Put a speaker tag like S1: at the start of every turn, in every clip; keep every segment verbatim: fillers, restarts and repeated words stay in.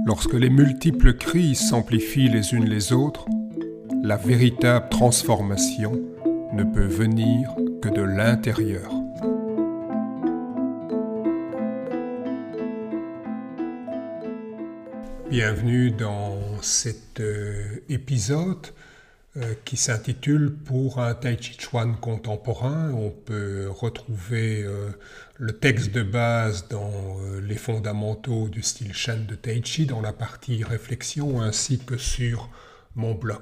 S1: Lorsque les multiples crises s'amplifient les unes les autres, la véritable transformation ne peut venir que de l'intérieur. Bienvenue dans cet euh, épisode euh, qui s'intitule « Pour un Tai Chi Chuan contemporain ». On peut retrouver euh, le texte de base dans euh, les fondamentaux du style Shen de Tai Chi, dans la partie réflexion, ainsi que sur mon blog.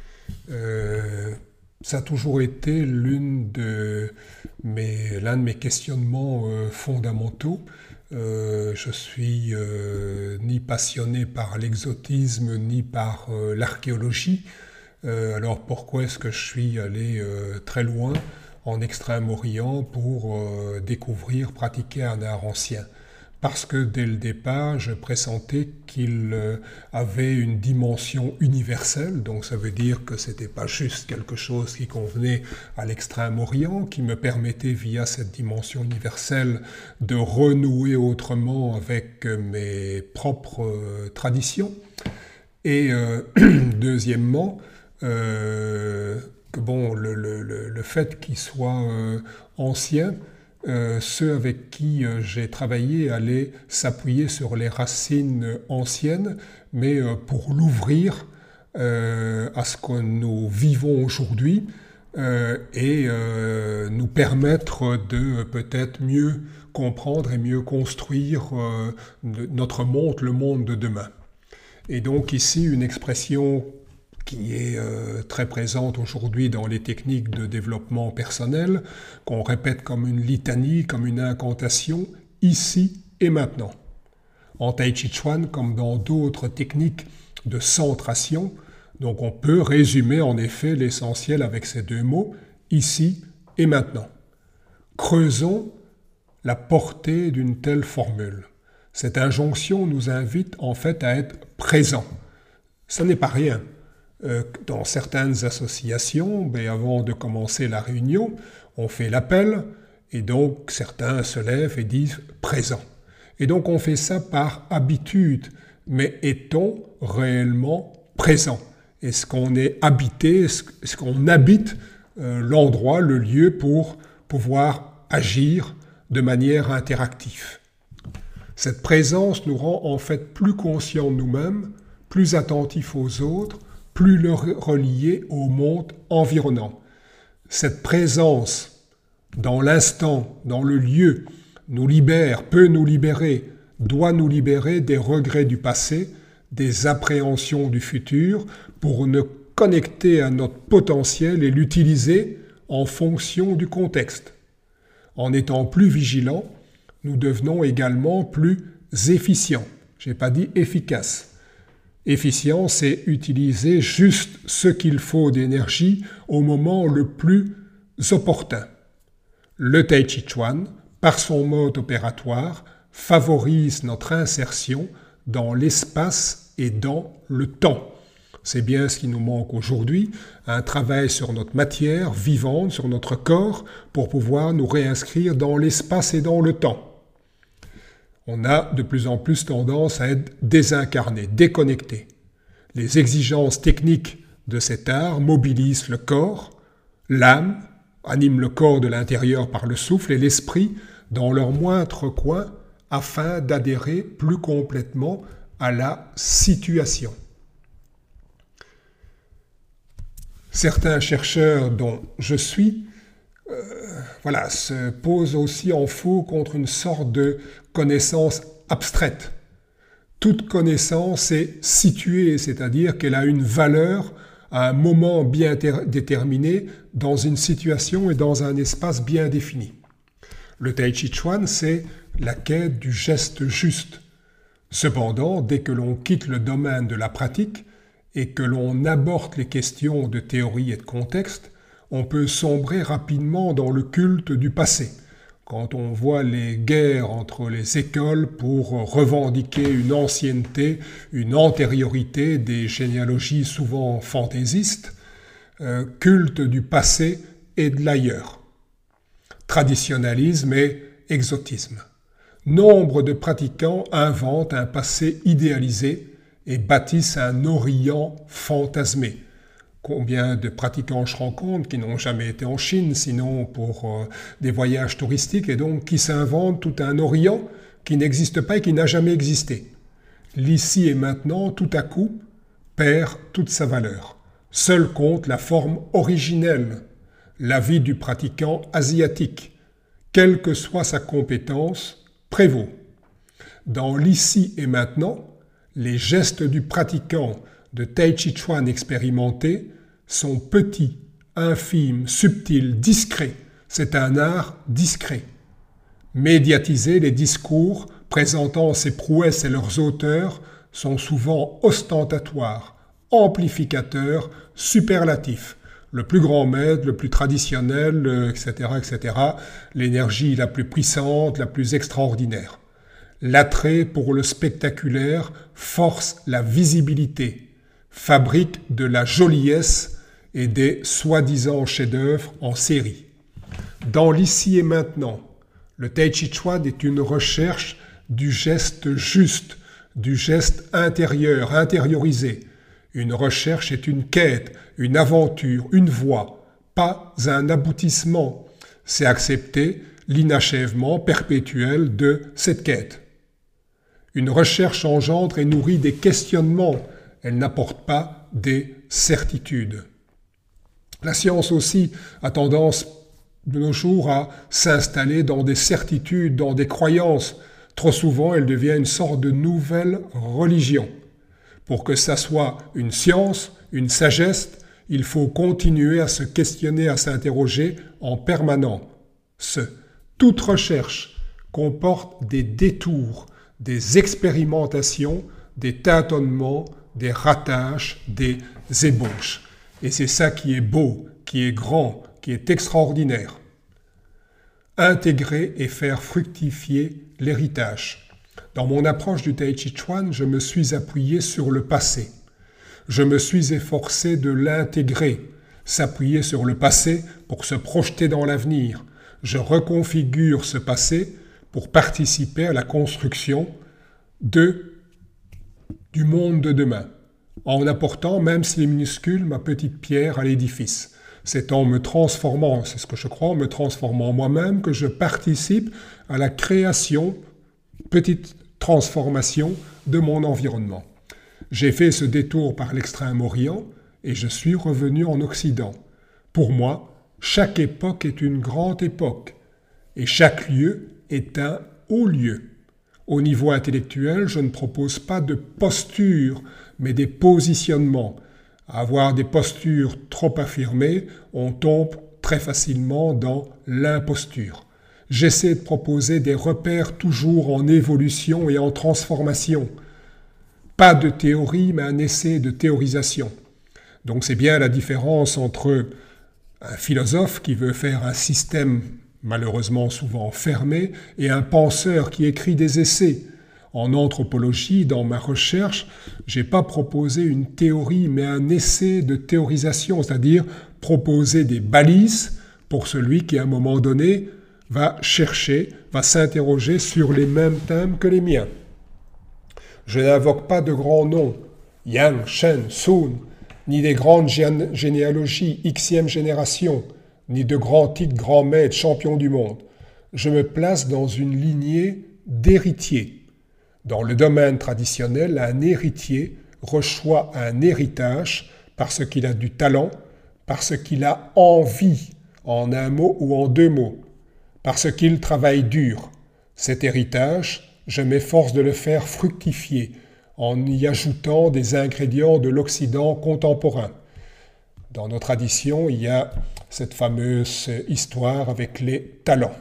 S1: Euh, ça a toujours été l'une de mes, l'un de mes questionnements euh, fondamentaux. Euh, je suis euh, ni passionné par l'exotisme ni par euh, l'archéologie. Euh, alors pourquoi est-ce que je suis allé euh, très loin en Extrême-Orient pour euh, découvrir, pratiquer un art ancien? Parce que dès le départ, je pressentais qu'il euh, avait une dimension universelle, donc ça veut dire que c'était pas juste quelque chose qui convenait à l'Extrême-Orient, qui me permettait via cette dimension universelle de renouer autrement avec euh, mes propres euh, traditions. Et euh, deuxièmement, euh, que bon, le, le, le fait qu'il soit euh, ancien, Euh, ceux avec qui euh, j'ai travaillé allaient s'appuyer sur les racines anciennes, mais euh, pour l'ouvrir euh, à ce que nous vivons aujourd'hui euh, et euh, nous permettre de peut-être mieux comprendre et mieux construire euh, notre monde, le monde de demain. Et donc ici, une expression qui est euh, très présente aujourd'hui dans les techniques de développement personnel, qu'on répète comme une litanie, comme une incantation, ici et maintenant. En Tai Chi Chuan, comme dans d'autres techniques de centration, donc on peut résumer en effet l'essentiel avec ces deux mots, ici et maintenant. Creusons la portée d'une telle formule. Cette injonction nous invite en fait à être présents. Ce n'est pas rien. Dans certaines associations, ben avant de commencer la réunion, on fait l'appel et donc certains se lèvent et disent « présent ». Et donc on fait ça par habitude, mais est-on réellement présent? Est-ce qu'on est habité, est-ce qu'on habite euh, l'endroit, le lieu pour pouvoir agir de manière interactive? Cette présence nous rend en fait plus conscients de nous-mêmes, plus attentifs aux autres, plus le relié au monde environnant. Cette présence dans l'instant, dans le lieu, nous libère, peut nous libérer, doit nous libérer des regrets du passé, des appréhensions du futur, pour nous connecter à notre potentiel et l'utiliser en fonction du contexte. En étant plus vigilants, nous devenons également plus efficients. Je n'ai pas dit efficaces. Efficient, c'est utiliser juste ce qu'il faut d'énergie au moment le plus opportun. Le Tai Chi Chuan, par son mode opératoire, favorise notre insertion dans l'espace et dans le temps. C'est bien ce qui nous manque aujourd'hui, un travail sur notre matière vivante, sur notre corps, pour pouvoir nous réinscrire dans l'espace et dans le temps. On a de plus en plus tendance à être désincarné, déconnecté. Les exigences techniques de cet art mobilisent le corps, l'âme, animent le corps de l'intérieur par le souffle et l'esprit dans leur moindre coin afin d'adhérer plus complètement à la situation. Certains chercheurs dont je suis Euh, voilà, se pose aussi en faux contre une sorte de connaissance abstraite. Toute connaissance est située, c'est-à-dire qu'elle a une valeur à un moment bien déterminé, dans une situation et dans un espace bien défini. Le Tai Chi Chuan, c'est la quête du geste juste. Cependant, dès que l'on quitte le domaine de la pratique et que l'on aborde les questions de théorie et de contexte, on peut sombrer rapidement dans le culte du passé. Quand on voit les guerres entre les écoles pour revendiquer une ancienneté, une antériorité, des généalogies souvent fantaisistes, euh, culte du passé et de l'ailleurs. Traditionnalisme et exotisme. Nombre de pratiquants inventent un passé idéalisé et bâtissent un Orient fantasmé. Combien de pratiquants je rencontre qui n'ont jamais été en Chine, sinon pour euh, des voyages touristiques, et donc qui s'inventent tout un Orient qui n'existe pas et qui n'a jamais existé. L'ici et maintenant, tout à coup, perd toute sa valeur. Seul compte la forme originelle, la vie du pratiquant asiatique, quelle que soit sa compétence, prévaut. Dans l'ici et maintenant, les gestes du pratiquant de Tai Chi Chuan expérimenté sont petits, infimes, subtils, discrets. C'est un art discret. Médiatisés, les discours présentant ces prouesses et leurs auteurs sont souvent ostentatoires, amplificateurs, superlatifs. Le plus grand maître, le plus traditionnel, et cetera, et cetera, l'énergie la plus puissante, la plus extraordinaire. L'attrait pour le spectaculaire force la visibilité, fabrique de la joliesse et des soi-disant chefs-d'œuvre en série. Dans l'ici et maintenant, le Tai Chi Chuan est une recherche du geste juste, du geste intérieur, intériorisé. Une recherche est une quête, une aventure, une voie, pas un aboutissement. C'est accepter l'inachèvement perpétuel de cette quête. Une recherche engendre et nourrit des questionnements, elle n'apporte pas des certitudes. La science aussi a tendance de nos jours à s'installer dans des certitudes, dans des croyances. Trop souvent, elle devient une sorte de nouvelle religion. Pour que ça soit une science, une sagesse, il faut continuer à se questionner, à s'interroger en permanence. Toute recherche comporte des détours, des expérimentations, des tâtonnements, des ratages, des ébauches. Et c'est ça qui est beau, qui est grand, qui est extraordinaire. Intégrer et faire fructifier l'héritage. Dans mon approche du Tai Chi Chuan, je me suis appuyé sur le passé. Je me suis efforcé de l'intégrer, s'appuyer sur le passé pour se projeter dans l'avenir. Je reconfigure ce passé pour participer à la construction de, du monde de demain, en apportant, même s'il est minuscule, ma petite pierre à l'édifice. C'est en me transformant, c'est ce que je crois, en me transformant moi-même que je participe à la création, petite transformation de mon environnement. J'ai fait ce détour par l'Extrême-Orient et je suis revenu en Occident. Pour moi, chaque époque est une grande époque et chaque lieu est un haut lieu. Au niveau intellectuel, je ne propose pas de posture, mais des positionnements. Avoir des postures trop affirmées, on tombe très facilement dans l'imposture. J'essaie de proposer des repères toujours en évolution et en transformation. Pas de théorie, mais un essai de théorisation. Donc c'est bien la différence entre un philosophe qui veut faire un système malheureusement souvent fermé et un penseur qui écrit des essais. En anthropologie, dans ma recherche, je n'ai pas proposé une théorie, mais un essai de théorisation, c'est-à-dire proposer des balises pour celui qui, à un moment donné, va chercher, va s'interroger sur les mêmes thèmes que les miens. Je n'invoque pas de grands noms, Yang, Shen, Sun, ni des grandes gén- généalogies, Xème génération, ni de grands titres, grands maîtres, champions du monde. Je me place dans une lignée d'héritiers. Dans le domaine traditionnel, un héritier reçoit un héritage parce qu'il a du talent, parce qu'il a envie, en un mot ou en deux mots, parce qu'il travaille dur. Cet héritage, je m'efforce de le faire fructifier en y ajoutant des ingrédients de l'Occident contemporain. Dans nos traditions, il y a cette fameuse histoire avec les talents.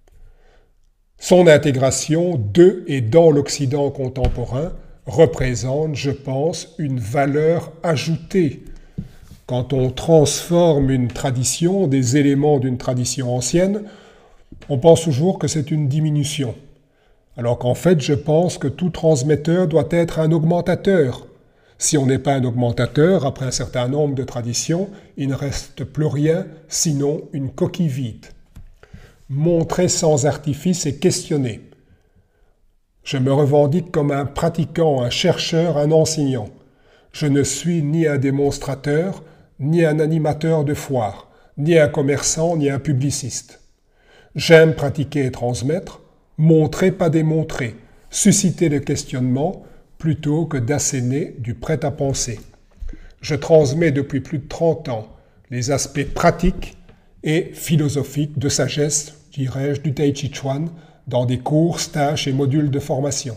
S1: Son intégration de et dans l'Occident contemporain représente, je pense, une valeur ajoutée. Quand on transforme une tradition, des éléments d'une tradition ancienne, on pense toujours que c'est une diminution. Alors qu'en fait, je pense que tout transmetteur doit être un augmentateur. Si on n'est pas un augmentateur, après un certain nombre de traditions, il ne reste plus rien, sinon une coquille vide. Montrer sans artifice et questionner. Je me revendique comme un pratiquant, un chercheur, un enseignant. Je ne suis ni un démonstrateur, ni un animateur de foire, ni un commerçant, ni un publiciste. J'aime pratiquer et transmettre, montrer, pas démontrer, susciter le questionnement plutôt que d'asséner du prêt-à-penser. Je transmets depuis plus de trente ans les aspects pratiques et philosophiques de sagesse, dirais-je, du Tai Chi Chuan dans des cours, stages et modules de formation.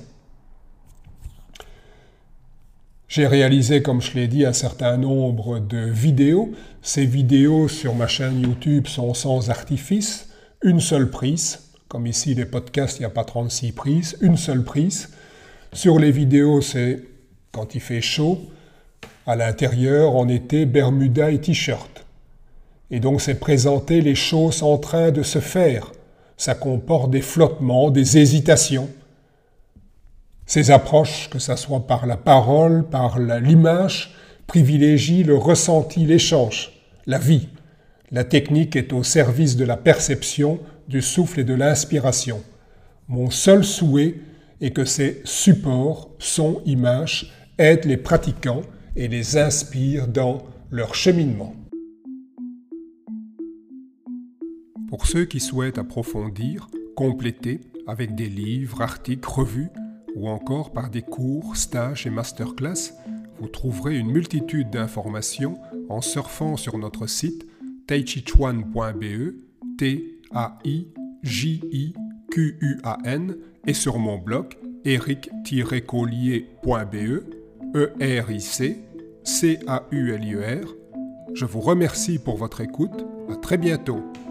S1: J'ai réalisé, comme je l'ai dit, un certain nombre de vidéos. Ces vidéos sur ma chaîne YouTube sont sans artifice, une seule prise. Comme ici, les podcasts, il n'y a pas trente-six prises, une seule prise. Sur les vidéos, c'est quand il fait chaud. À l'intérieur, en été, bermuda et t-shirt. Et donc, c'est présenter les choses en train de se faire. Ça comporte des flottements, des hésitations. Ces approches, que ce soit par la parole, par l'image, privilégient le ressenti, l'échange, la vie. La technique est au service de la perception, du souffle et de l'inspiration. Mon seul souhait est que ces supports, sons, images, aident les pratiquants et les inspirent dans leur cheminement. Pour ceux qui souhaitent approfondir, compléter avec des livres, articles, revues, ou encore par des cours, stages et masterclass, vous trouverez une multitude d'informations en surfant sur notre site tai chi chuan point b e, T A I J I Q U A N, et sur mon blog eric tiret collier point b e, E R I C C A U L I E R. Je vous remercie pour votre écoute. À très bientôt.